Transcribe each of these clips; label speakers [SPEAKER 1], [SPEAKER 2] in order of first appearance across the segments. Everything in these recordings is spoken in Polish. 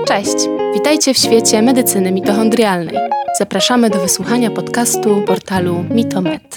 [SPEAKER 1] Cześć! Witajcie w świecie medycyny mitochondrialnej. Zapraszamy do wysłuchania podcastu portalu Mitomed.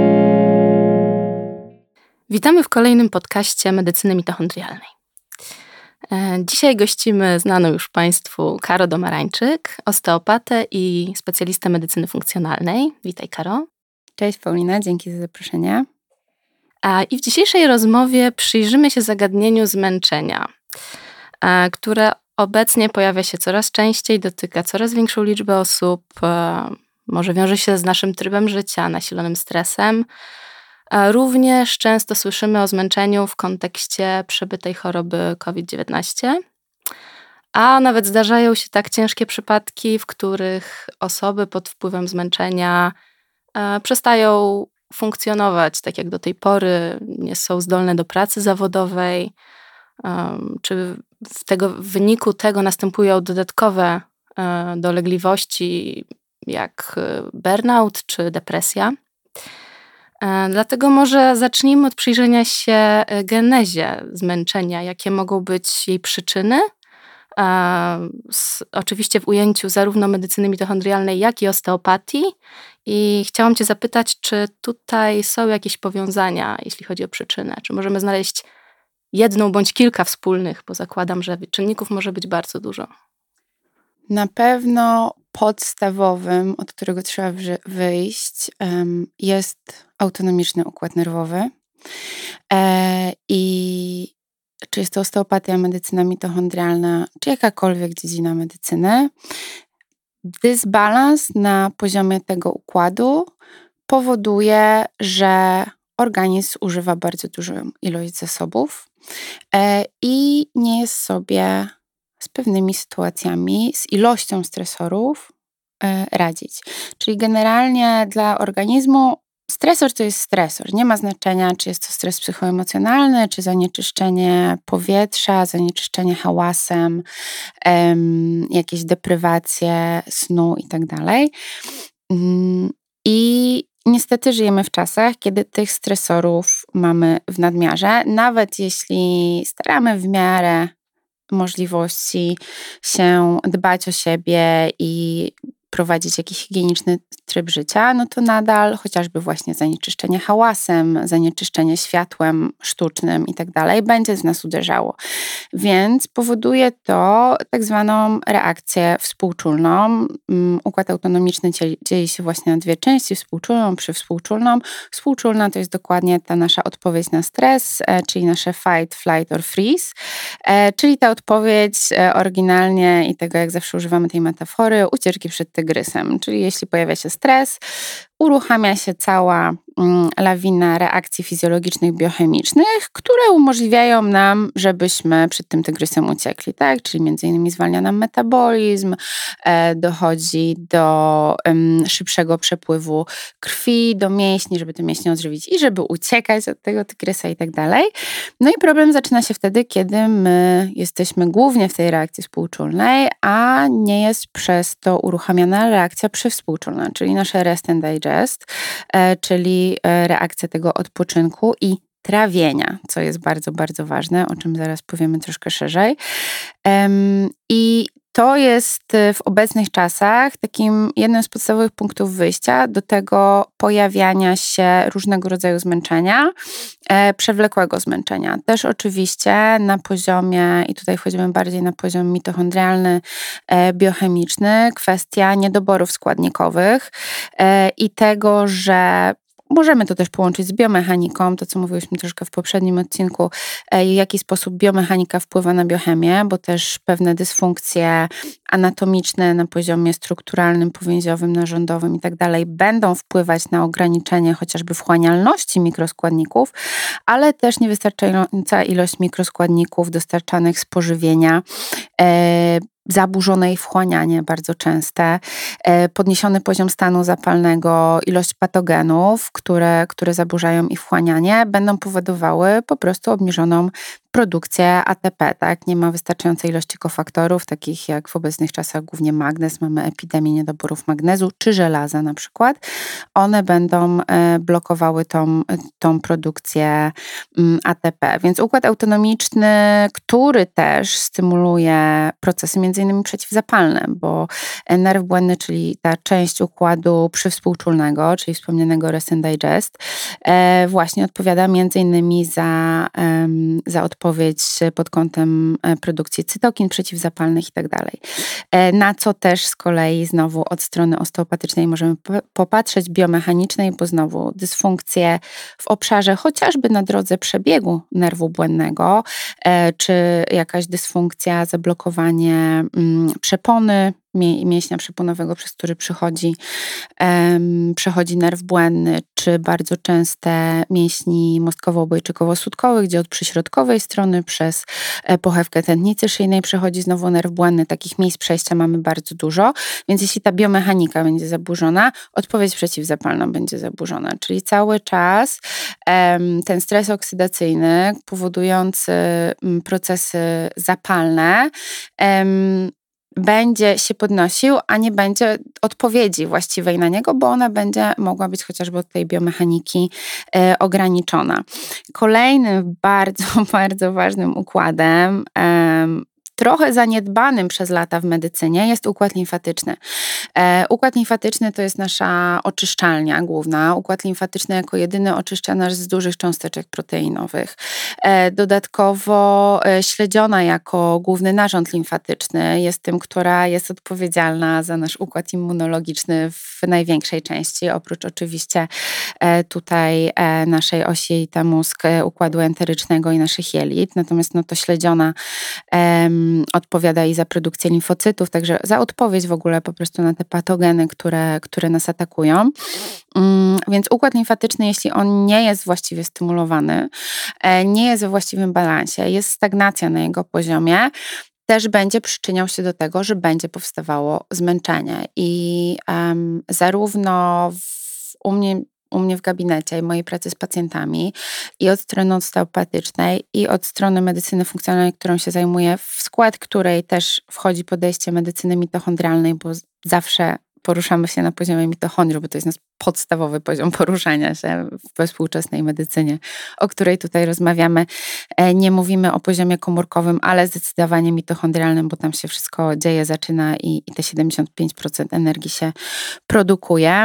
[SPEAKER 1] Witamy w kolejnym podcaście medycyny mitochondrialnej. Dzisiaj gościmy znaną już Państwu Karo Domarańczyk, osteopatę i specjalistę medycyny funkcjonalnej. Witaj, Karo.
[SPEAKER 2] Cześć Paulina, dzięki za zaproszenie.
[SPEAKER 1] I w dzisiejszej rozmowie przyjrzymy się zagadnieniu zmęczenia, które obecnie pojawia się coraz częściej, dotyka coraz większą liczbę osób, może wiąże się z naszym trybem życia, nasilonym stresem. Również często słyszymy o zmęczeniu w kontekście przebytej choroby COVID-19, a nawet zdarzają się tak ciężkie przypadki, w których osoby pod wpływem zmęczenia przestają funkcjonować tak jak do tej pory, nie są zdolne do pracy zawodowej, czy w wyniku tego następują dodatkowe dolegliwości jak burnout czy depresja. Dlatego może zacznijmy od przyjrzenia się genezie zmęczenia, jakie mogą być jej przyczyny, oczywiście w ujęciu zarówno medycyny mitochondrialnej, jak i osteopatii. I chciałam Cię zapytać, czy tutaj są jakieś powiązania, jeśli chodzi o przyczynę? Czy możemy znaleźć jedną bądź kilka wspólnych, bo zakładam, że czynników może być bardzo dużo.
[SPEAKER 2] Na pewno podstawowym, od którego trzeba wyjść, jest autonomiczny układ nerwowy. I czy jest to osteopatia, medycyna mitochondrialna, czy jakakolwiek dziedzina medycyny, dysbalans na poziomie tego układu powoduje, że organizm używa bardzo dużą ilość zasobów i nie jest sobie z pewnymi sytuacjami, z ilością stresorów radzić. Czyli generalnie dla organizmu stresor to jest stresor. Nie ma znaczenia, czy jest to stres psychoemocjonalny, czy zanieczyszczenie powietrza, zanieczyszczenie hałasem, jakieś deprywacje snu i tak dalej. I niestety żyjemy w czasach, kiedy tych stresorów mamy w nadmiarze. Nawet jeśli staramy w miarę możliwości się dbać o siebie i prowadzić jakiś higieniczny tryb życia, no to nadal chociażby właśnie zanieczyszczenie hałasem, zanieczyszczenie światłem sztucznym i tak dalej będzie z nas uderzało. Więc powoduje to tak zwaną reakcję współczulną. Układ autonomiczny dzieli się właśnie na dwie części, współczulną, przywspółczulną. Współczulna to jest dokładnie ta nasza odpowiedź na stres, czyli nasze fight, flight or freeze, czyli ta odpowiedź oryginalnie i tego, jak zawsze używamy tej metafory, ucieczki przed tygrysem. Czyli jeśli pojawia się stres, uruchamia się cała lawina reakcji fizjologicznych, biochemicznych, które umożliwiają nam, żebyśmy przed tym tygrysem uciekli, tak? Czyli między innymi zwalnia nam metabolizm, dochodzi do szybszego przepływu krwi do mięśni, żeby te mięśnie odżywić i żeby uciekać od tego tygrysa i tak dalej. No i problem zaczyna się wtedy, kiedy my jesteśmy głównie w tej reakcji współczulnej, a nie jest przez to uruchamiana reakcja przywspółczulna, czyli nasze rest and digest, czyli reakcja tego odpoczynku i trawienia, co jest bardzo, bardzo ważne, o czym zaraz powiemy troszkę szerzej. I to jest w obecnych czasach takim jednym z podstawowych punktów wyjścia do tego pojawiania się różnego rodzaju zmęczenia, przewlekłego zmęczenia. Też oczywiście na poziomie, i tutaj wchodzimy bardziej na poziom mitochondrialny, biochemiczny, kwestia niedoborów składnikowych i tego, że możemy to też połączyć z biomechaniką, to co mówiłyśmy troszkę w poprzednim odcinku, w jaki sposób biomechanika wpływa na biochemię, bo też pewne dysfunkcje anatomiczne na poziomie strukturalnym, powięziowym, narządowym i tak dalej będą wpływać na ograniczenie chociażby wchłanialności mikroskładników, ale też niewystarczająca ilość mikroskładników dostarczanych z pożywienia, zaburzone ich wchłanianie bardzo częste, podniesiony poziom stanu zapalnego, ilość patogenów, które zaburzają ich wchłanianie, będą powodowały po prostu obniżoną produkcję ATP, tak? Nie ma wystarczającej ilości kofaktorów, takich jak w obecnych czasach głównie magnez, mamy epidemię niedoborów magnezu czy żelaza na przykład. One będą blokowały tą produkcję ATP. Więc układ autonomiczny, który też stymuluje procesy między innymi przeciwzapalne, bo nerw błędny, czyli ta część układu przywspółczulnego, czyli wspomnianego rest and digest, właśnie odpowiada między innymi za odpowiedź pod kątem produkcji cytokin przeciwzapalnych i tak dalej. Na co też z kolei znowu od strony osteopatycznej możemy popatrzeć, biomechanicznej, bo znowu dysfunkcje w obszarze chociażby na drodze przebiegu nerwu błędnego, czy jakaś dysfunkcja, zablokowanie przepony, mięśnia przeponowego, przez który przechodzi nerw błędny, czy bardzo częste mięśni mostkowo-obojczykowo-sutkowych, gdzie od przyśrodkowej strony przez pochewkę tętnicy szyjnej przechodzi znowu nerw błędny. Takich miejsc przejścia mamy bardzo dużo, więc jeśli ta biomechanika będzie zaburzona, odpowiedź przeciwzapalna będzie zaburzona, czyli cały czas ten stres oksydacyjny powodujący procesy zapalne będzie się podnosił, a nie będzie odpowiedzi właściwej na niego, bo ona będzie mogła być chociażby od tej biomechaniki ograniczona. Kolejnym bardzo, bardzo ważnym układem, trochę zaniedbanym przez lata w medycynie, jest układ limfatyczny. Układ limfatyczny to jest nasza oczyszczalnia główna. Układ limfatyczny jako jedyny oczyszcza nas z dużych cząsteczek proteinowych. Dodatkowo śledziona jako główny narząd limfatyczny jest tym, która jest odpowiedzialna za nasz układ immunologiczny w największej części, oprócz oczywiście tutaj naszej osi jelita-mózg, układu enterycznego i naszych jelit. Natomiast to śledziona odpowiada i za produkcję limfocytów, także za odpowiedź w ogóle po prostu na te patogeny, które nas atakują. Więc układ limfatyczny, jeśli on nie jest właściwie stymulowany, nie jest we właściwym balansie, jest stagnacja na jego poziomie, też będzie przyczyniał się do tego, że będzie powstawało zmęczenie. I zarówno u mnie w gabinecie i mojej pracy z pacjentami i od strony osteopatycznej i od strony medycyny funkcjonalnej, którą się zajmuję, w skład której też wchodzi podejście medycyny mitochondrialnej, bo zawsze poruszamy się na poziomie mitochondriów, bo to jest nasz podstawowy poziom poruszania się we współczesnej medycynie, o której tutaj rozmawiamy. Nie mówimy o poziomie komórkowym, ale zdecydowanie mitochondrialnym, bo tam się wszystko dzieje, zaczyna i te 75% energii się produkuje.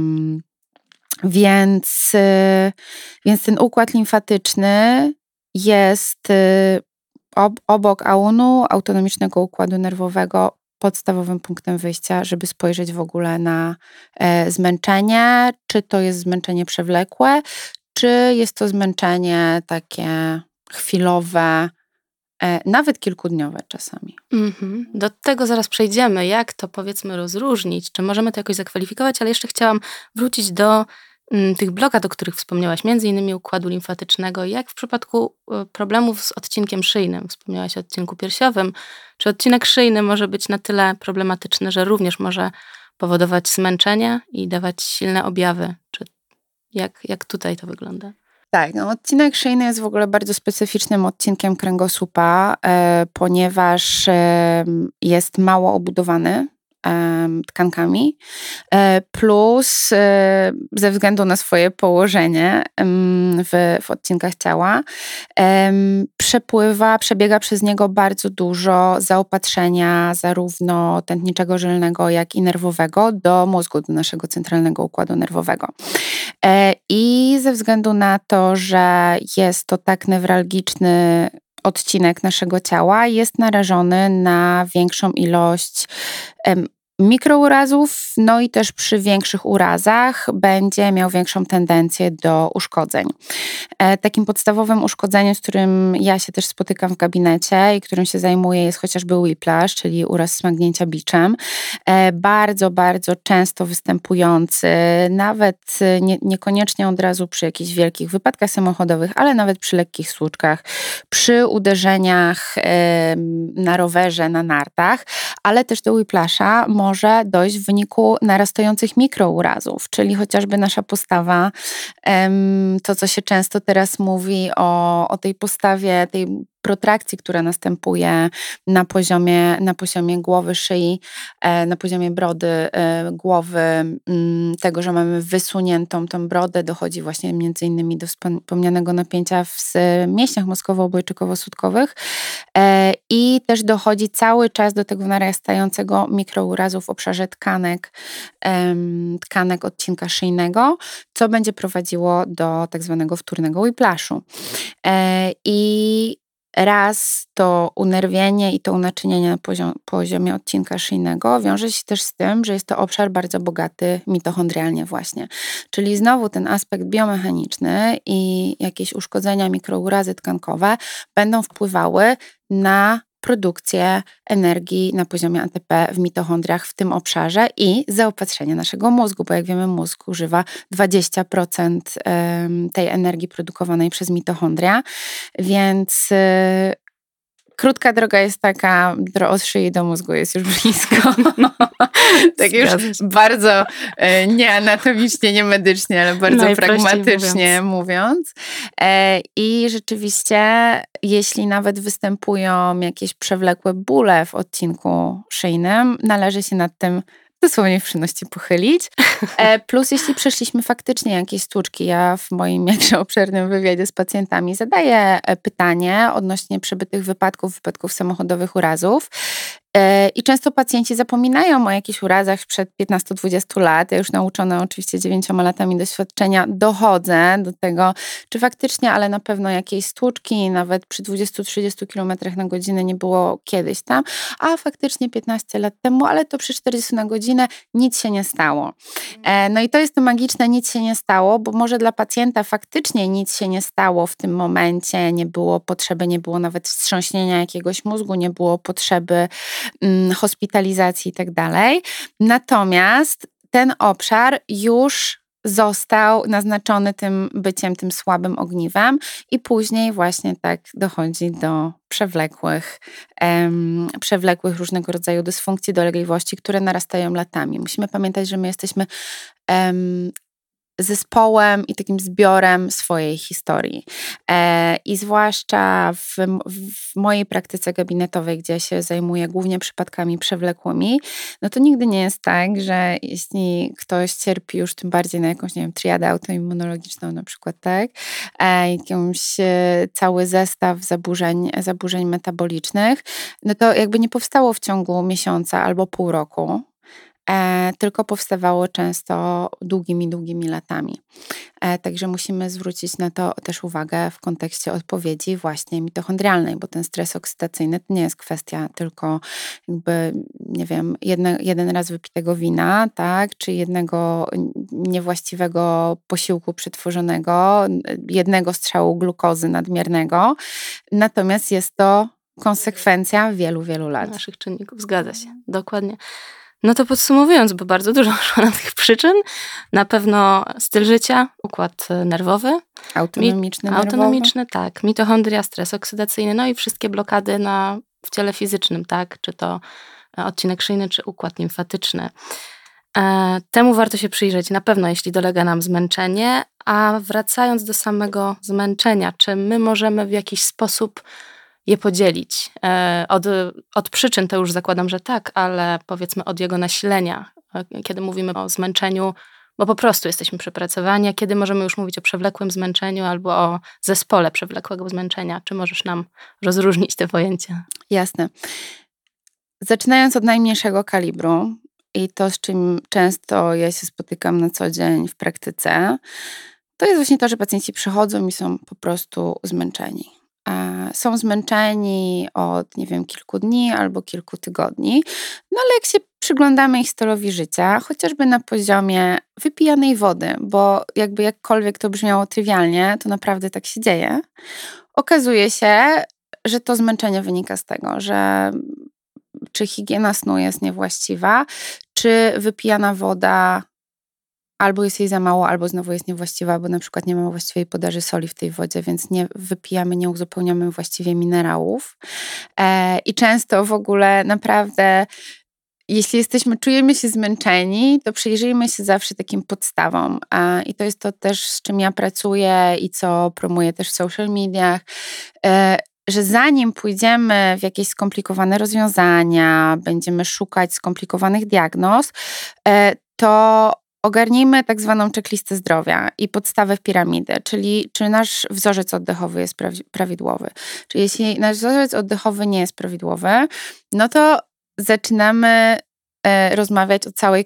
[SPEAKER 2] Więc ten układ limfatyczny jest obok AUN-u, autonomicznego układu nerwowego, podstawowym punktem wyjścia, żeby spojrzeć w ogóle na zmęczenie, czy to jest zmęczenie przewlekłe, czy jest to zmęczenie takie chwilowe, nawet kilkudniowe czasami.
[SPEAKER 1] Do tego zaraz przejdziemy, jak to powiedzmy rozróżnić, czy możemy to jakoś zakwalifikować, ale jeszcze chciałam wrócić do tych blokad, o których wspomniałaś, między innymi układu limfatycznego, jak w przypadku problemów z odcinkiem szyjnym. Wspomniałaś o odcinku piersiowym. Czy odcinek szyjny może być na tyle problematyczny, że również może powodować zmęczenie i dawać silne objawy? Czy jak tutaj to wygląda?
[SPEAKER 2] Tak, odcinek szyjny jest w ogóle bardzo specyficznym odcinkiem kręgosłupa, ponieważ jest mało obudowany tkankami, plus ze względu na swoje położenie w odcinkach ciała przebiega przez niego bardzo dużo zaopatrzenia zarówno tętniczego żylnego, jak i nerwowego do mózgu, do naszego centralnego układu nerwowego. I ze względu na to, że jest to tak newralgiczny odcinek naszego ciała, jest narażony na większą ilość mikrourazów, no i też przy większych urazach będzie miał większą tendencję do uszkodzeń. Takim podstawowym uszkodzeniem, z którym ja się też spotykam w gabinecie i którym się zajmuję, jest chociażby whiplash, czyli uraz smagnięcia biczem. Bardzo, bardzo często występujący, nawet niekoniecznie od razu przy jakichś wielkich wypadkach samochodowych, ale nawet przy lekkich stłuczkach, przy uderzeniach na rowerze, na nartach, ale też do whiplasha może dojść w wyniku narastających mikrourazów, czyli chociażby nasza postawa, to co się często teraz mówi o tej postawie, tej protrakcji, która następuje na poziomie głowy, szyi, na poziomie brody, głowy, tego, że mamy wysuniętą tą brodę, dochodzi właśnie między innymi do wspomnianego napięcia w mięśniach mózgowo-obojczykowo-sutkowych i też dochodzi cały czas do tego narastającego mikrourazu w obszarze tkanek odcinka szyjnego, co będzie prowadziło do tak zwanego wtórnego whiplashu. I raz to unerwienie i to unaczynienie na poziomie odcinka szyjnego wiąże się też z tym, że jest to obszar bardzo bogaty mitochondrialnie właśnie. Czyli znowu ten aspekt biomechaniczny i jakieś uszkodzenia, mikrourazy tkankowe będą wpływały na produkcję energii na poziomie ATP w mitochondriach w tym obszarze i zaopatrzenie naszego mózgu, bo jak wiemy, mózg używa 20% tej energii produkowanej przez mitochondria, więc krótka droga jest taka, od szyi do mózgu jest już blisko. Tak już bardzo nie anatomicznie, nie medycznie, ale bardzo pragmatycznie mówiąc. I rzeczywiście, jeśli nawet występują jakieś przewlekłe bóle w odcinku szyjnym, należy się nad tym dosłownie w przyjemności pochylić. Plus jeśli przeszliśmy faktycznie jakieś stłuczki, ja w moim jakże obszernym wywiadzie z pacjentami zadaję pytanie odnośnie przebytych wypadków samochodowych, urazów. I często pacjenci zapominają o jakichś urazach sprzed 15-20 lat. Ja już nauczona oczywiście 9 latami doświadczenia dochodzę do tego, czy faktycznie, ale na pewno jakiejś stłuczki nawet przy 20-30 km na godzinę nie było kiedyś tam, a faktycznie 15 lat temu, ale to przy 40 na godzinę nic się nie stało. No i to jest to magiczne nic się nie stało, bo może dla pacjenta faktycznie nic się nie stało w tym momencie, nie było potrzeby, nie było nawet wstrząśnienia jakiegoś mózgu, nie było potrzeby hospitalizacji i tak dalej. Natomiast ten obszar już został naznaczony tym byciem, tym słabym ogniwem i później właśnie tak dochodzi do przewlekłych różnego rodzaju dysfunkcji, dolegliwości, które narastają latami. Musimy pamiętać, że my jesteśmy zespołem i takim zbiorem swojej historii. I zwłaszcza w mojej praktyce gabinetowej, gdzie ja się zajmuję głównie przypadkami przewlekłymi, no to nigdy nie jest tak, że jeśli ktoś cierpi już tym bardziej na jakąś, nie wiem, triadę autoimmunologiczną na przykład, tak, jakąś cały zestaw zaburzeń metabolicznych, no to jakby nie powstało w ciągu miesiąca albo pół roku, tylko powstawało często długimi latami. Także musimy zwrócić na to też uwagę w kontekście odpowiedzi właśnie mitochondrialnej, bo ten stres oksydacyjny to nie jest kwestia tylko jakby, nie wiem, jeden raz wypitego wina, tak, czy jednego niewłaściwego posiłku przetworzonego, jednego strzału glukozy nadmiernego. Natomiast jest to konsekwencja wielu lat.
[SPEAKER 1] Naszych czynników, zgadza się, dokładnie. No to podsumowując, bo bardzo dużo szło na tych przyczyn, na pewno styl życia, układ nerwowy.
[SPEAKER 2] Autonomiczny,
[SPEAKER 1] tak. Mitochondria, stres oksydacyjny, no i wszystkie blokady w ciele fizycznym, tak. Czy to odcinek szyjny, czy układ limfatyczny. Temu warto się przyjrzeć na pewno, jeśli dolega nam zmęczenie, a wracając do samego zmęczenia, czy my możemy w jakiś sposób je podzielić. Od przyczyn to już zakładam, że tak, ale powiedzmy od jego nasilenia, kiedy mówimy o zmęczeniu, bo po prostu jesteśmy przepracowani, a kiedy możemy już mówić o przewlekłym zmęczeniu albo o zespole przewlekłego zmęczenia. Czy możesz nam rozróżnić te pojęcia?
[SPEAKER 2] Jasne. Zaczynając od najmniejszego kalibru i to, z czym często ja się spotykam na co dzień w praktyce, to jest właśnie to, że pacjenci przychodzą i są po prostu zmęczeni. Są zmęczeni od, nie wiem, kilku dni albo kilku tygodni, no ale jak się przyglądamy ich stylowi życia, chociażby na poziomie wypijanej wody, bo jakby jakkolwiek to brzmiało trywialnie, to naprawdę tak się dzieje, okazuje się, że to zmęczenie wynika z tego, że czy higiena snu jest niewłaściwa, czy wypijana woda albo jest jej za mało, albo znowu jest niewłaściwa, bo na przykład nie ma właściwej podaży soli w tej wodzie, więc nie wypijamy, nie uzupełniamy właściwie minerałów. I często w ogóle naprawdę, jeśli czujemy się zmęczeni, to przyjrzyjmy się zawsze takim podstawom. I to jest to też, z czym ja pracuję i co promuję też w social mediach, że zanim pójdziemy w jakieś skomplikowane rozwiązania, będziemy szukać skomplikowanych diagnoz, to ogarnijmy tak zwaną checklistę zdrowia i podstawę piramidy, czyli czy nasz wzorzec oddechowy jest prawidłowy. Czyli jeśli nasz wzorzec oddechowy nie jest prawidłowy, no to zaczynamy rozmawiać o całej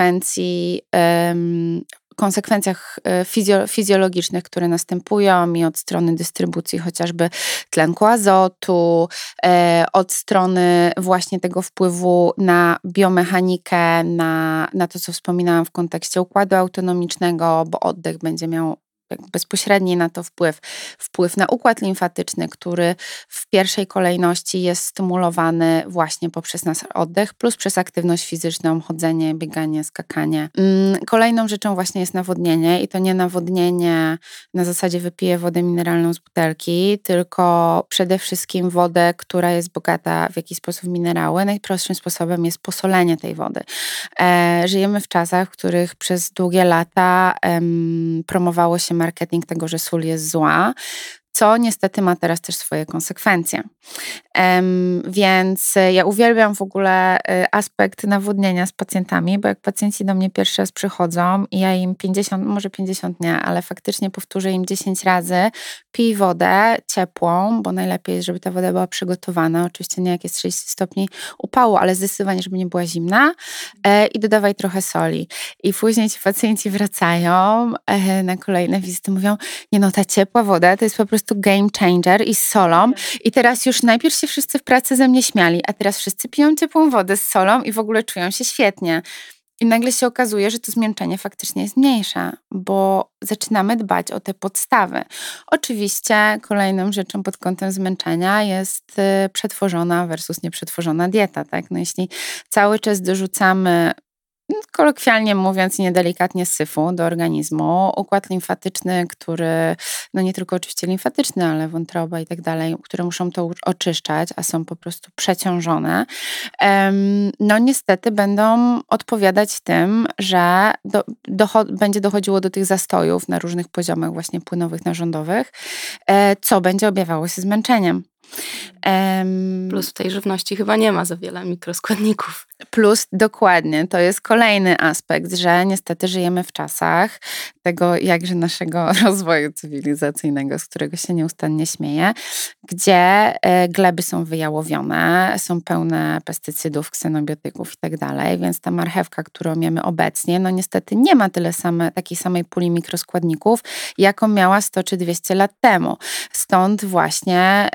[SPEAKER 2] konsekwencjach fizjologicznych, które następują i od strony dystrybucji chociażby tlenku azotu, od strony właśnie tego wpływu na biomechanikę, na to, co wspominałam w kontekście układu autonomicznego, bo oddech będzie miał bezpośredni na to wpływ na układ limfatyczny, który w pierwszej kolejności jest stymulowany właśnie poprzez nasz oddech, plus przez aktywność fizyczną, chodzenie, bieganie, skakanie. Kolejną rzeczą właśnie jest nawodnienie i to nie nawodnienie na zasadzie wypiję wodę mineralną z butelki, tylko przede wszystkim wodę, która jest bogata w jakiś sposób w minerały. Najprostszym sposobem jest posolenie tej wody. Żyjemy w czasach, w których przez długie lata promowało się marketing tego, że sól jest zła, co niestety ma teraz też swoje konsekwencje. Więc ja uwielbiam w ogóle aspekt nawodnienia z pacjentami, bo jak pacjenci do mnie pierwszy raz przychodzą i ja im 50, może 50 nie, ale faktycznie powtórzę im 10 razy, pij wodę ciepłą, bo najlepiej jest, żeby ta woda była przygotowana, oczywiście nie jak jest 30 stopni upału, ale zdecydowanie, żeby nie była zimna i dodawaj trochę soli. I później ci pacjenci wracają na kolejne wizyty, mówią, nie no, ta ciepła woda to jest po prostu game changer i z solą. I teraz już najpierw się wszyscy w pracy ze mnie śmiali, a teraz wszyscy piją ciepłą wodę z solą i w ogóle czują się świetnie. I nagle się okazuje, że to zmęczenie faktycznie jest mniejsze, bo zaczynamy dbać o te podstawy. Oczywiście kolejną rzeczą pod kątem zmęczenia jest przetworzona versus nieprzetworzona dieta. Tak? No jeśli cały czas dorzucamy, kolokwialnie mówiąc, niedelikatnie syfu do organizmu, układ limfatyczny, który, no nie tylko oczywiście limfatyczny, ale wątroba i tak dalej, które muszą to oczyszczać, a są po prostu przeciążone, no niestety będą odpowiadać tym, że będzie dochodziło do tych zastojów na różnych poziomach właśnie płynowych, narządowych, co będzie objawiało się zmęczeniem.
[SPEAKER 1] Plus w tej żywności chyba nie ma za wiele mikroskładników.
[SPEAKER 2] Plus dokładnie, to jest kolejny aspekt, że niestety żyjemy w czasach tego jakże naszego rozwoju cywilizacyjnego, z którego się nieustannie śmieję, gdzie gleby są wyjałowione, są pełne pestycydów, ksenobiotyków i tak dalej, więc ta marchewka, którą mamy obecnie, no niestety nie ma takiej samej puli mikroskładników, jaką miała 100 czy 200 lat temu. Stąd właśnie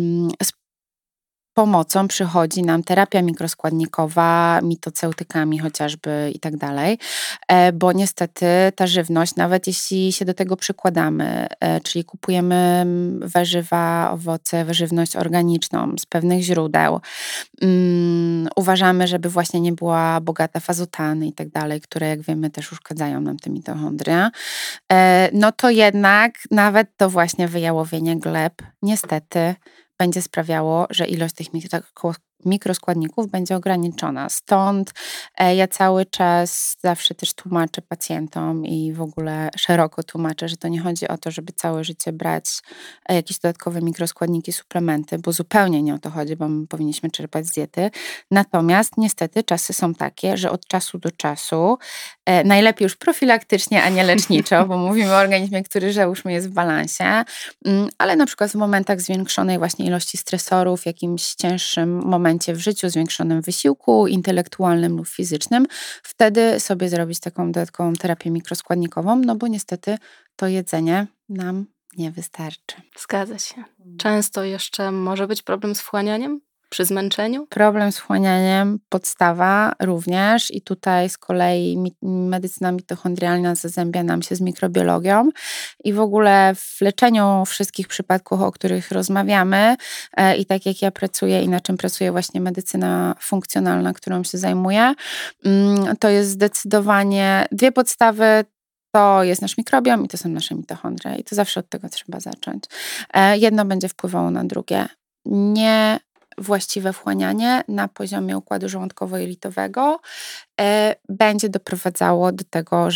[SPEAKER 2] pomocą przychodzi nam terapia mikroskładnikowa, mitoceutykami chociażby i tak dalej, bo niestety ta żywność, nawet jeśli się do tego przykładamy, czyli kupujemy warzywa, owoce, żywność organiczną z pewnych źródeł, uważamy, żeby właśnie nie była bogata w azotany i tak dalej, które jak wiemy też uszkadzają nam te mitochondria, no to jednak nawet to właśnie wyjałowienie gleb niestety będzie sprawiało, że ilość tych mikroskładników będzie ograniczona. Stąd ja cały czas zawsze też tłumaczę pacjentom i w ogóle szeroko tłumaczę, że to nie chodzi o to, żeby całe życie brać jakieś dodatkowe mikroskładniki, suplementy, bo zupełnie nie o to chodzi, bo my powinniśmy czerpać z diety. Natomiast niestety czasy są takie, że od czasu do czasu, najlepiej już profilaktycznie, a nie leczniczo, bo mówimy o organizmie, który załóżmy jest w balansie, ale na przykład w momentach zwiększonej właśnie ilości stresorów, w jakimś cięższym momencie w życiu, zwiększonym wysiłku intelektualnym lub fizycznym, wtedy sobie zrobić taką dodatkową terapię mikroskładnikową, no bo niestety to jedzenie nam nie wystarczy.
[SPEAKER 1] Zgadza się. Często jeszcze może być problem z wchłanianiem przy zmęczeniu?
[SPEAKER 2] Problem z wchłanianiem, podstawa również i tutaj z kolei medycyna mitochondrialna zazębia nam się z mikrobiologią i w ogóle w leczeniu wszystkich przypadków, o których rozmawiamy i tak jak ja pracuję i na czym pracuje właśnie medycyna funkcjonalna, którą się zajmuję, to jest zdecydowanie dwie podstawy. To jest nasz mikrobiom i to są nasze mitochondria i to zawsze od tego trzeba zacząć. Jedno będzie wpływało na drugie. Właściwe wchłanianie na poziomie układu żołądkowo-jelitowego będzie doprowadzało do tego, że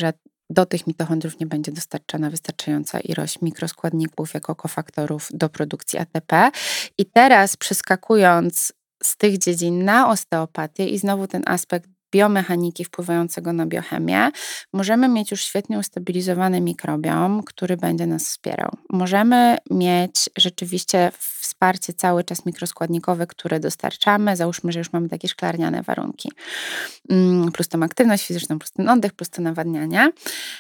[SPEAKER 2] do tych mitochondriów nie będzie dostarczana wystarczająca ilość mikroskładników jako kofaktorów do produkcji ATP. I teraz przeskakując z tych dziedzin na osteopatię i znowu ten aspekt biomechaniki wpływającego na biochemię, możemy mieć już świetnie ustabilizowany mikrobiom, który będzie nas wspierał. Możemy mieć rzeczywiście wsparcie cały czas mikroskładnikowe, które dostarczamy. Załóżmy, że już mamy takie szklarniane warunki. Plus tą aktywność fizyczną, plus ten oddech, plus to nawadnianie.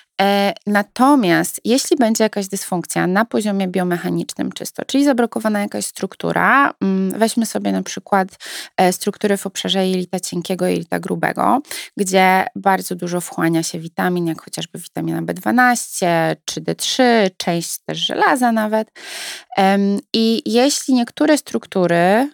[SPEAKER 2] Natomiast jeśli będzie jakaś dysfunkcja na poziomie biomechanicznym czysto, czyli zablokowana jakaś struktura, weźmy sobie na przykład struktury w obszarze jelita cienkiego i jelita grubego, gdzie bardzo dużo wchłania się witamin, jak chociażby witamina B12 czy D3, część też żelaza nawet. I jeśli niektóre struktury,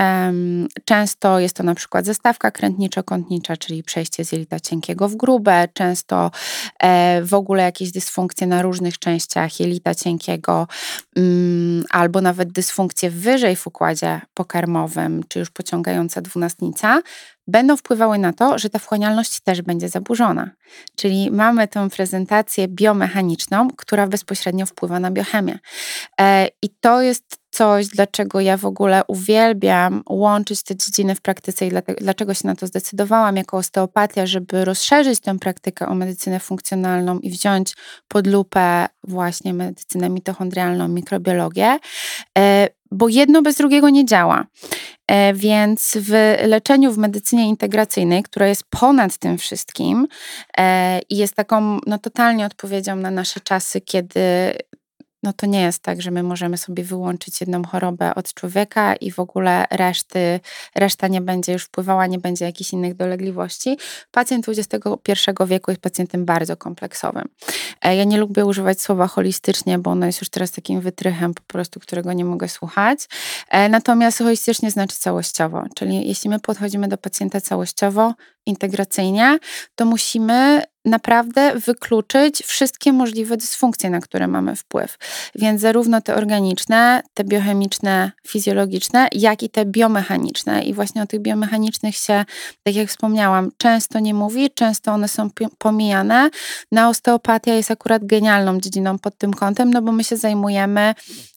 [SPEAKER 2] często jest to na przykład zestawka krętniczo-kątnicza, czyli przejście z jelita cienkiego w grube, często w ogóle jakieś dysfunkcje na różnych częściach jelita cienkiego, albo nawet dysfunkcje wyżej w układzie pokarmowym, czy już pociągająca dwunastnica, będą wpływały na to, że ta wchłanialność też będzie zaburzona. Czyli mamy tę prezentację biomechaniczną, która bezpośrednio wpływa na biochemię. I to jest coś, dlaczego ja w ogóle uwielbiam łączyć te dziedziny w praktyce i dlaczego się na to zdecydowałam jako osteopatia, żeby rozszerzyć tę praktykę o medycynę funkcjonalną i wziąć pod lupę właśnie medycynę mitochondrialną, mikrobiologię, bo jedno bez drugiego nie działa. Więc w leczeniu, w medycynie integracyjnej, która jest ponad tym wszystkim i jest taką totalnie odpowiedzią na nasze czasy, kiedy to nie jest tak, że my możemy sobie wyłączyć jedną chorobę od człowieka i w ogóle reszta nie będzie już wpływała, nie będzie jakichś innych dolegliwości. Pacjent XXI wieku jest pacjentem bardzo kompleksowym. Ja nie lubię używać słowa holistycznie, bo ono jest już teraz takim wytrychem po prostu, którego nie mogę słuchać. Natomiast holistycznie znaczy całościowo, czyli jeśli my podchodzimy do pacjenta całościowo, integracyjnie, to musimy naprawdę wykluczyć wszystkie możliwe dysfunkcje, na które mamy wpływ. Więc zarówno te organiczne, te biochemiczne, fizjologiczne, jak i te biomechaniczne. I właśnie o tych biomechanicznych się, tak jak wspomniałam, często nie mówi, często one są pomijane. Osteopatia jest akurat genialną dziedziną pod tym kątem, bo my się zajmujemy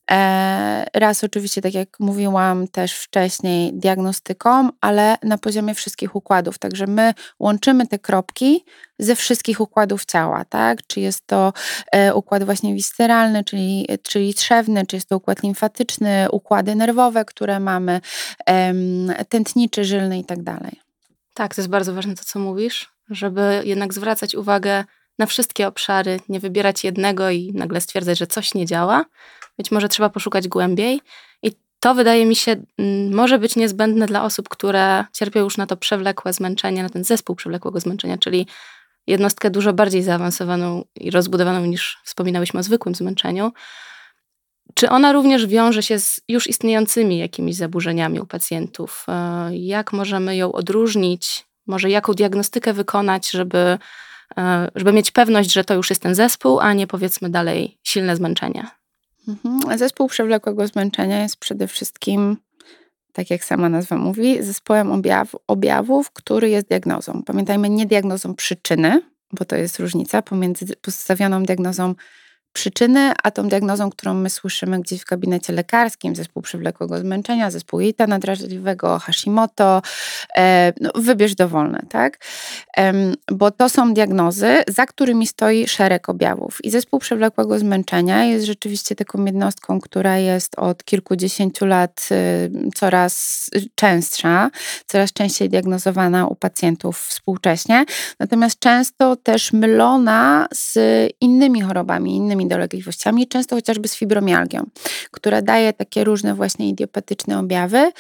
[SPEAKER 2] raz oczywiście, tak jak mówiłam też wcześniej, diagnostyką, ale na poziomie wszystkich układów. Także my łączymy te kropki ze wszystkich układów ciała, tak? Czy jest to układ właśnie wisceralny, czyli trzewny, czy jest to układ limfatyczny, układy nerwowe, które mamy, tętniczy, żylny i tak dalej.
[SPEAKER 1] Tak, to jest bardzo ważne to, co mówisz, żeby jednak zwracać uwagę na wszystkie obszary, nie wybierać jednego i nagle stwierdzać, że coś nie działa. Być może trzeba poszukać głębiej i to wydaje mi się może być niezbędne dla osób, które cierpią już na to przewlekłe zmęczenie, na ten zespół przewlekłego zmęczenia, czyli jednostkę dużo bardziej zaawansowaną i rozbudowaną niż wspominałyśmy o zwykłym zmęczeniu. Czy ona również wiąże się z już istniejącymi jakimiś zaburzeniami u pacjentów? Jak możemy ją odróżnić? Może jaką diagnostykę wykonać, żeby mieć pewność, że to już jest ten zespół, a nie powiedzmy dalej silne zmęczenie?
[SPEAKER 2] Zespół przewlekłego zmęczenia jest przede wszystkim, tak jak sama nazwa mówi, zespołem objawów, który jest diagnozą. Pamiętajmy, nie diagnozą przyczyny, bo to jest różnica pomiędzy postawioną diagnozą przyczyny, a tą diagnozą, którą my słyszymy gdzieś w gabinecie lekarskim, zespół przewlekłego zmęczenia, zespół jelita nadrażliwego, Hashimoto, wybierz dowolne, tak? Bo to są diagnozy, za którymi stoi szereg objawów. I zespół przewlekłego zmęczenia jest rzeczywiście taką jednostką, która jest od kilkudziesięciu lat coraz częstsza, coraz częściej diagnozowana u pacjentów współcześnie, natomiast często też mylona z innymi chorobami, innymi dolegliwościami, często chociażby z fibromialgią, która daje takie różne właśnie idiopatyczne objawy.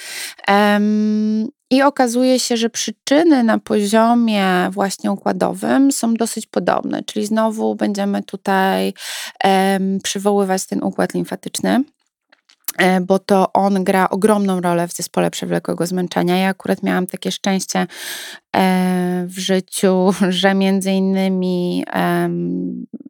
[SPEAKER 2] I okazuje się, że przyczyny na poziomie właśnie układowym są dosyć podobne, czyli znowu będziemy tutaj przywoływać ten układ limfatyczny, bo to on gra ogromną rolę w zespole przewlekłego zmęczenia. Ja akurat miałam takie szczęście w życiu, że między innymi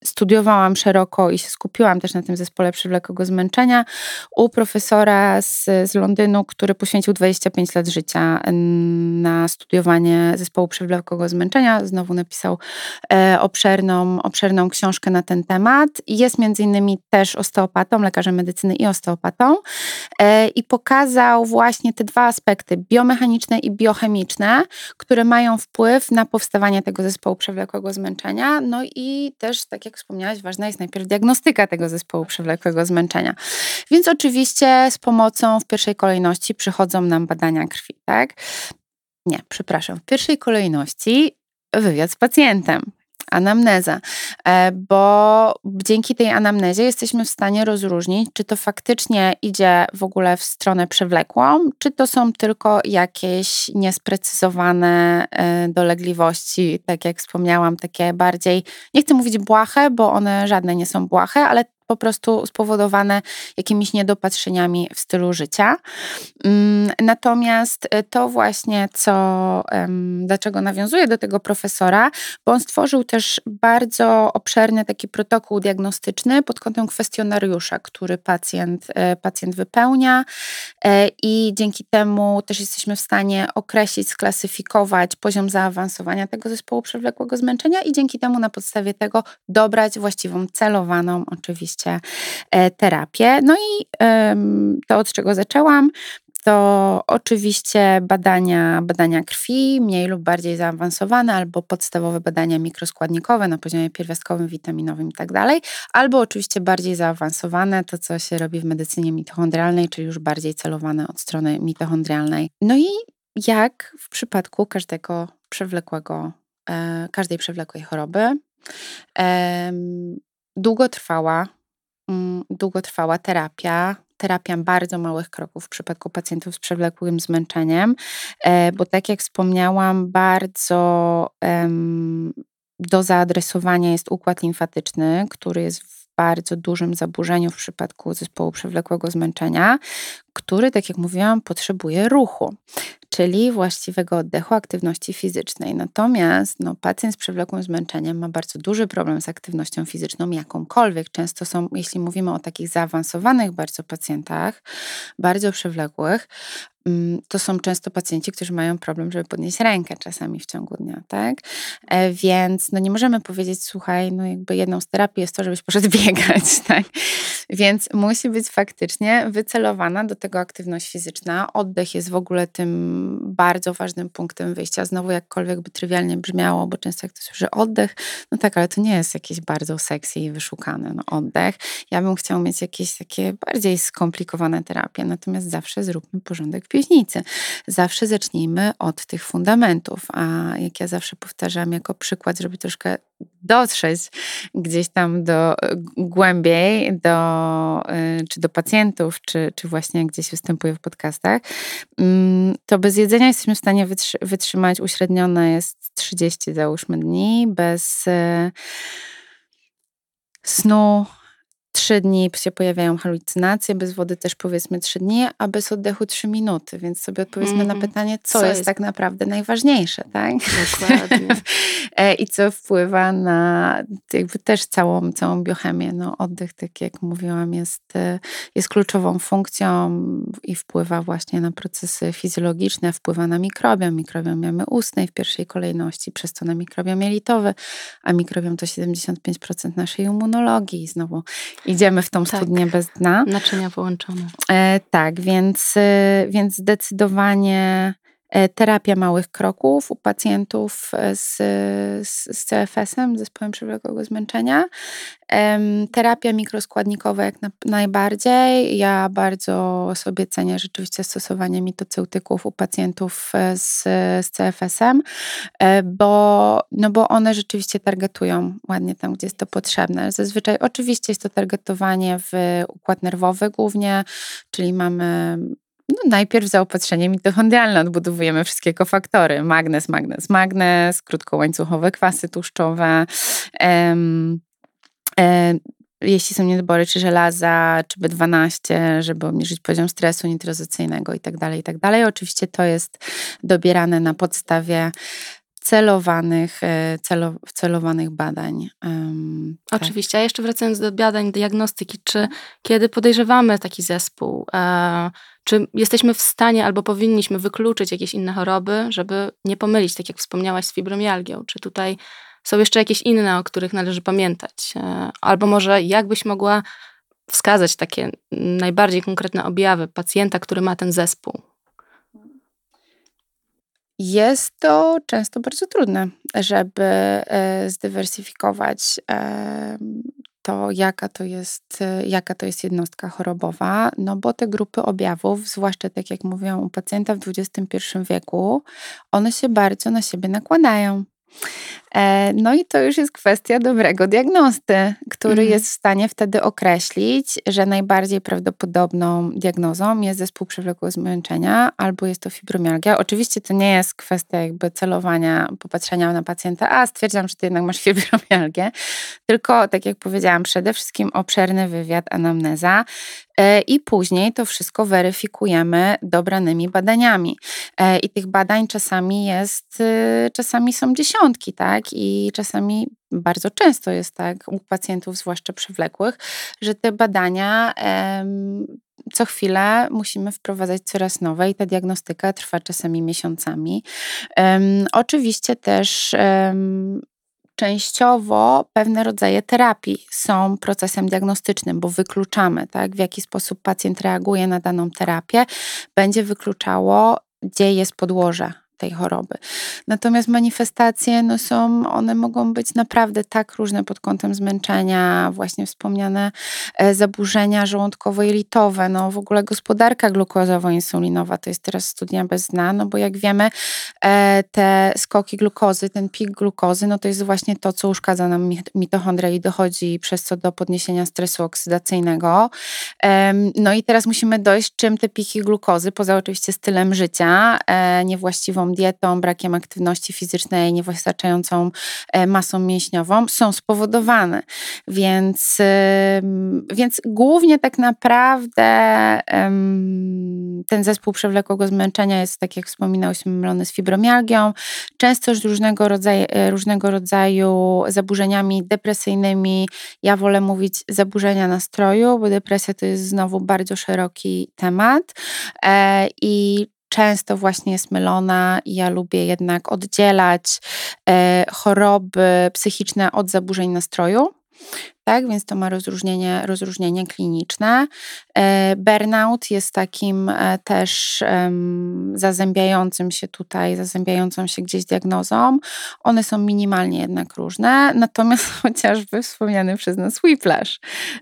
[SPEAKER 2] studiowałam szeroko i się skupiłam też na tym zespole przewlekłego zmęczenia u profesora z Londynu, który poświęcił 25 lat życia na studiowanie zespołu przewlekłego zmęczenia. Znowu napisał obszerną książkę na ten temat. Jest między innymi też osteopatą, lekarzem medycyny i osteopatą i pokazał właśnie te dwa aspekty, biomechaniczne i biochemiczne, które mają wpływ na powstawanie tego zespołu przewlekłego zmęczenia. No i też, tak jak wspomniałaś, ważna jest najpierw diagnostyka tego zespołu przewlekłego zmęczenia. Więc oczywiście z pomocą w pierwszej kolejności przychodzą nam badania krwi, tak? Nie, przepraszam. W pierwszej kolejności wywiad z pacjentem. Anamneza, bo dzięki tej anamnezie jesteśmy w stanie rozróżnić, czy to faktycznie idzie w ogóle w stronę przewlekłą, czy to są tylko jakieś niesprecyzowane dolegliwości, tak jak wspomniałam, takie bardziej, nie chcę mówić błahe, bo one żadne nie są błahe, ale po prostu spowodowane jakimiś niedopatrzeniami w stylu życia. Natomiast to właśnie, dlaczego nawiązuję do tego profesora, bo on stworzył też bardzo obszerny taki protokół diagnostyczny pod kątem kwestionariusza, który pacjent wypełnia i dzięki temu też jesteśmy w stanie określić, sklasyfikować poziom zaawansowania tego zespołu przewlekłego zmęczenia i dzięki temu na podstawie tego dobrać właściwą, celowaną oczywiście terapię. No i to, od czego zaczęłam, to oczywiście badania krwi, mniej lub bardziej zaawansowane, albo podstawowe badania mikroskładnikowe na poziomie pierwiastkowym, witaminowym i tak dalej, albo oczywiście bardziej zaawansowane, to co się robi w medycynie mitochondrialnej, czyli już bardziej celowane od strony mitochondrialnej. No i jak w przypadku każdej przewlekłej choroby, długotrwała terapia bardzo małych kroków w przypadku pacjentów z przewlekłym zmęczeniem, bo tak jak wspomniałam, bardzo do zaadresowania jest układ limfatyczny, który jest w bardzo dużym zaburzeniu w przypadku zespołu przewlekłego zmęczenia, który, tak jak mówiłam, potrzebuje ruchu, czyli właściwego oddechu, aktywności fizycznej. Natomiast pacjent z przewlekłym zmęczeniem ma bardzo duży problem z aktywnością fizyczną, jakąkolwiek. Często są, jeśli mówimy o takich zaawansowanych bardzo pacjentach, bardzo przewlekłych, to są często pacjenci, którzy mają problem, żeby podnieść rękę czasami w ciągu dnia, tak? Więc nie możemy powiedzieć, słuchaj, jakby jedną z terapii jest to, żebyś poszedł biegać, tak? Więc musi być faktycznie wycelowana do tego aktywność fizyczna. Oddech jest w ogóle tym bardzo ważnym punktem wyjścia. Znowu jakkolwiek by trywialnie brzmiało, bo często jak ktoś słyszy oddech, tak, ale to nie jest jakieś bardzo sexy i wyszukane, oddech. Ja bym chciał mieć jakieś takie bardziej skomplikowane terapie, natomiast zawsze zróbmy porządek w piwnicy. Zawsze zacznijmy od tych fundamentów, a jak ja zawsze powtarzam jako przykład, żeby troszkę dotrzeć gdzieś tam głębiej czy do pacjentów, czy właśnie gdzieś występuję w podcastach, to bez jedzenia jesteśmy w stanie wytrzymać, uśrednione jest 30 załóżmy dni, bez snu 3 dni się pojawiają halucynacje, bez wody też powiedzmy 3 dni, a bez oddechu 3 minuty, więc sobie odpowiedzmy na pytanie, co jest tak naprawdę najważniejsze, tak?
[SPEAKER 1] Dokładnie.
[SPEAKER 2] I co wpływa na jakby też całą biochemię. Oddech, tak jak mówiłam, jest kluczową funkcją i wpływa właśnie na procesy fizjologiczne, wpływa na mikrobiom jamy ustnej w pierwszej kolejności, przez to na mikrobiom jelitowy, a mikrobiom to 75% naszej immunologii. Znowu idziemy w tą studnię bez dna.
[SPEAKER 1] Naczynia połączone.
[SPEAKER 2] Tak, więc zdecydowanie terapia małych kroków u pacjentów z CFS-em, zespołem przewlekłego zmęczenia. Terapia mikroskładnikowa jak najbardziej. Ja bardzo sobie cenię rzeczywiście stosowanie mitoceutyków u pacjentów z CFS-em, bo one rzeczywiście targetują ładnie tam, gdzie jest to potrzebne. Zazwyczaj oczywiście jest to targetowanie w układ nerwowy głównie, czyli mamy najpierw zaopatrzenie mitochondrialne, odbudowujemy wszystkie kofaktory. Magnez, krótkołańcuchowe kwasy tłuszczowe, jeśli są niedobory, czy żelaza, czy B12, żeby obniżyć poziom stresu nitrozycyjnego i tak dalej, i tak dalej. Oczywiście to jest dobierane na podstawie celowanych badań. Tak.
[SPEAKER 1] Oczywiście, a jeszcze wracając do badań diagnostyki, czy kiedy podejrzewamy taki zespół, czy jesteśmy w stanie albo powinniśmy wykluczyć jakieś inne choroby, żeby nie pomylić, tak jak wspomniałaś, z fibromialgią? Czy tutaj są jeszcze jakieś inne, o których należy pamiętać? Albo może jakbyś mogła wskazać takie najbardziej konkretne objawy pacjenta, który ma ten zespół?
[SPEAKER 2] Jest to często bardzo trudne, żeby zdywersyfikować to, jaka to jest jednostka chorobowa, no bo te grupy objawów, zwłaszcza tak jak mówią u pacjenta w XXI wieku, one się bardzo na siebie nakładają. No i to już jest kwestia dobrego diagnosty, który jest w stanie wtedy określić, że najbardziej prawdopodobną diagnozą jest zespół przewlekłego zmęczenia albo jest to fibromialgia. Oczywiście to nie jest kwestia jakby celowania, popatrzenia na pacjenta, a stwierdzam, że ty jednak masz fibromialgię, tylko tak jak powiedziałam, przede wszystkim obszerny wywiad, anamneza i później to wszystko weryfikujemy dobranymi badaniami. I tych badań czasami są dziesiątki, tak? I czasami bardzo często jest tak u pacjentów, zwłaszcza przewlekłych, że te badania co chwilę musimy wprowadzać coraz nowe i ta diagnostyka trwa czasami miesiącami. Oczywiście też częściowo pewne rodzaje terapii są procesem diagnostycznym, bo wykluczamy, tak, w jaki sposób pacjent reaguje na daną terapię, będzie wykluczało, gdzie jest podłoże tej choroby. Natomiast manifestacje, one mogą być naprawdę tak różne pod kątem zmęczenia, właśnie wspomniane zaburzenia żołądkowo-jelitowe, w ogóle gospodarka glukozowo-insulinowa, to jest teraz studnia bez dna, bo jak wiemy, te skoki glukozy, ten pik glukozy, to jest właśnie to, co uszkadza nam mitochondria i dochodzi przez co do podniesienia stresu oksydacyjnego. No i teraz musimy dojść, czym te piki glukozy, poza oczywiście stylem życia, niewłaściwą dietą, brakiem aktywności fizycznej, niewystarczającą masą mięśniową są spowodowane. Więc głównie tak naprawdę ten zespół przewlekłego zmęczenia jest, tak jak wspominałyśmy, mylony z fibromialgią, często z różnego rodzaju zaburzeniami depresyjnymi. Ja wolę mówić zaburzenia nastroju, bo depresja to jest znowu bardzo szeroki temat i często właśnie jest mylona i ja lubię jednak oddzielać choroby psychiczne od zaburzeń nastroju. Tak, więc to ma rozróżnienie kliniczne. Burnout jest takim też zazębiającą się gdzieś diagnozą. One są minimalnie jednak różne, natomiast chociażby wspomniany przez nas whiplash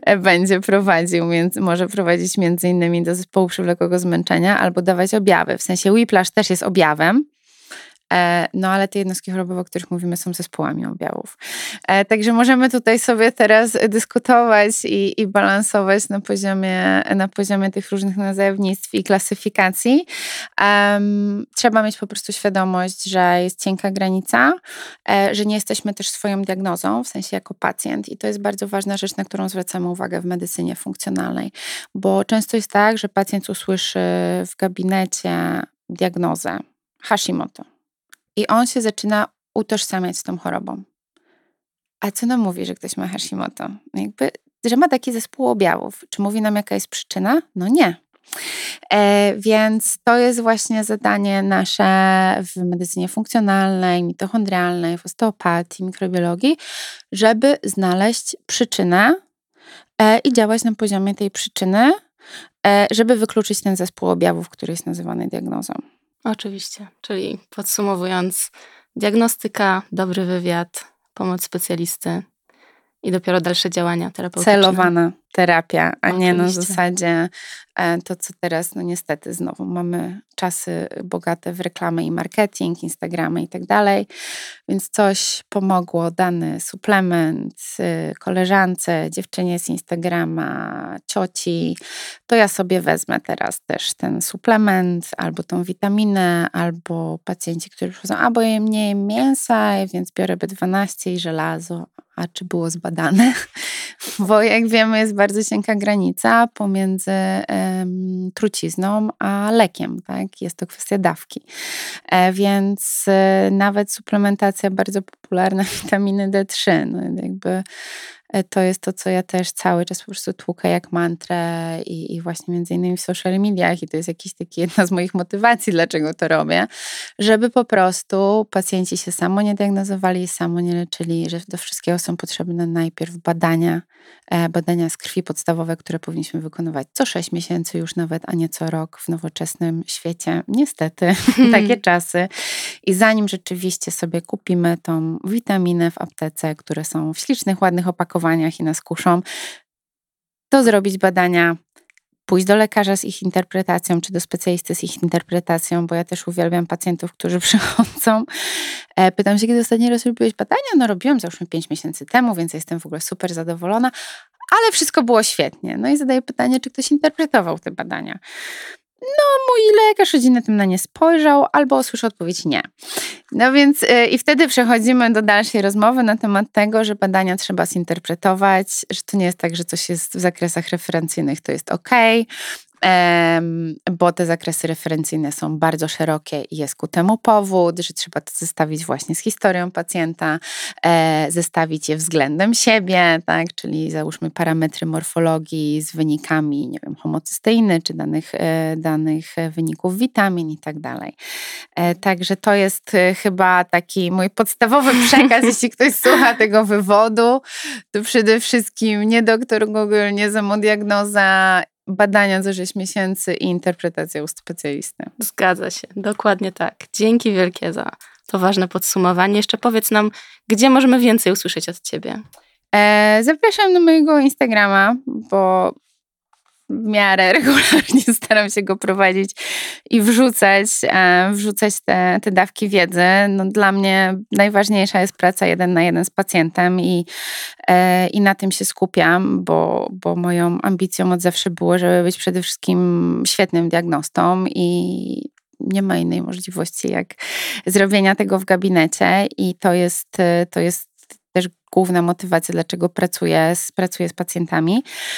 [SPEAKER 2] może prowadzić między innymi do zespołu przewlekłego zmęczenia albo dawać objawy. W sensie whiplash też jest objawem, ale te jednostki chorobowe, o których mówimy, są zespołami objawów. Także możemy tutaj sobie teraz dyskutować i balansować na poziomie tych różnych nazewnictw i klasyfikacji. Trzeba mieć po prostu świadomość, że jest cienka granica, że nie jesteśmy też swoją diagnozą, w sensie jako pacjent. I to jest bardzo ważna rzecz, na którą zwracamy uwagę w medycynie funkcjonalnej. Bo często jest tak, że pacjent usłyszy w gabinecie diagnozę Hashimoto. I on się zaczyna utożsamiać z tą chorobą. A co nam mówi, że ktoś ma Hashimoto? Że ma taki zespół objawów. Czy mówi nam, jaka jest przyczyna? No nie. Więc to jest właśnie zadanie nasze w medycynie funkcjonalnej, mitochondrialnej, w osteopatii, mikrobiologii, żeby znaleźć przyczynę i działać na poziomie tej przyczyny, żeby wykluczyć ten zespół objawów, który jest nazywany diagnozą.
[SPEAKER 1] Oczywiście, czyli podsumowując, diagnostyka, dobry wywiad, pomoc specjalisty i dopiero dalsze działania terapeutyczne.
[SPEAKER 2] Celowana terapia, a nie na zasadzie to, co teraz, niestety znowu mamy czasy bogate w reklamy i marketing, Instagramy i tak dalej, więc coś pomogło, dany suplement koleżance, dziewczynie z Instagrama, cioci, to ja sobie wezmę teraz też ten suplement, albo tą witaminę, albo pacjenci, którzy przychodzą, bo ja nie jem mięsa, więc biorę B12 i żelazo, a czy było zbadane? Bo jak wiemy, jest bardzo cienka granica pomiędzy trucizną a lekiem, tak? Jest to kwestia dawki. Więc nawet suplementacja bardzo popularna witaminy D3, no jakby to jest to, co ja też cały czas po prostu tłukę jak mantrę i właśnie między innymi w social mediach i to jest jedna z moich motywacji, dlaczego to robię, żeby po prostu pacjenci się samo nie diagnozowali i samo nie leczyli, że do wszystkiego są potrzebne najpierw badania z krwi podstawowe, które powinniśmy wykonywać co 6 miesięcy już nawet, a nie co rok w nowoczesnym świecie. Niestety, takie czasy. I zanim rzeczywiście sobie kupimy tą witaminę w aptece, które są w ślicznych, ładnych opakowaniach i nas kuszą, to zrobić badania, pójść do lekarza z ich interpretacją, czy do specjalisty z ich interpretacją, bo ja też uwielbiam pacjentów, którzy przychodzą. Pytam się, kiedy ostatni raz robiłeś badania? No robiłam załóżmy 5 miesięcy temu, więc jestem w ogóle super zadowolona, ale wszystko było świetnie. No i zadaję pytanie, czy ktoś interpretował te badania. No, mój lekarz rodzinny tym na nie spojrzał, albo usłyszę odpowiedź nie. No więc i wtedy przechodzimy do dalszej rozmowy na temat tego, że badania trzeba zinterpretować, że to nie jest tak, że coś jest w zakresach referencyjnych, to jest okej. Bo te zakresy referencyjne są bardzo szerokie i jest ku temu powód, że trzeba to zestawić właśnie z historią pacjenta, zestawić je względem siebie, tak? Czyli załóżmy parametry morfologii z wynikami, nie wiem, homocysteiny czy danych wyników witamin i tak dalej. Także to jest chyba taki mój podstawowy przekaz, jeśli ktoś słucha tego wywodu, to przede wszystkim nie doktor Google, nie samodiagnoza, badania za 6 miesięcy i interpretacja u specjalisty.
[SPEAKER 1] Zgadza się, dokładnie tak. Dzięki wielkie za to ważne podsumowanie. Jeszcze powiedz nam, gdzie możemy więcej usłyszeć od ciebie?
[SPEAKER 2] Zapraszam na mojego Instagrama, bo w miarę regularnie staram się go prowadzić i wrzucać te dawki wiedzy. No, dla mnie najważniejsza jest praca 1 na 1 z pacjentem i na tym się skupiam, bo moją ambicją od zawsze było, żeby być przede wszystkim świetnym diagnostą i nie ma innej możliwości jak zrobienia tego w gabinecie i to jest też główna motywacja, dlaczego pracuję z pacjentami.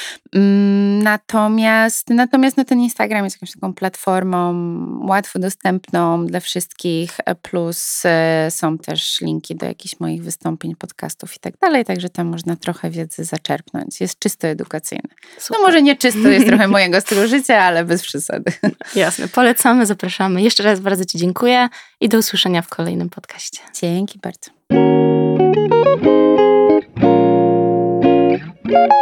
[SPEAKER 2] Natomiast no, ten Instagram jest jakąś taką platformą łatwo dostępną dla wszystkich, plus są też linki do jakichś moich wystąpień, podcastów i tak dalej, także tam można trochę wiedzy zaczerpnąć. Jest czysto edukacyjny. Super. No może nie czysto, jest trochę mojego stylu życia, ale bez przesady. Jasne,
[SPEAKER 1] polecamy, zapraszamy. Jeszcze raz bardzo ci dziękuję i do usłyszenia w kolejnym podcaście.
[SPEAKER 2] Dzięki bardzo.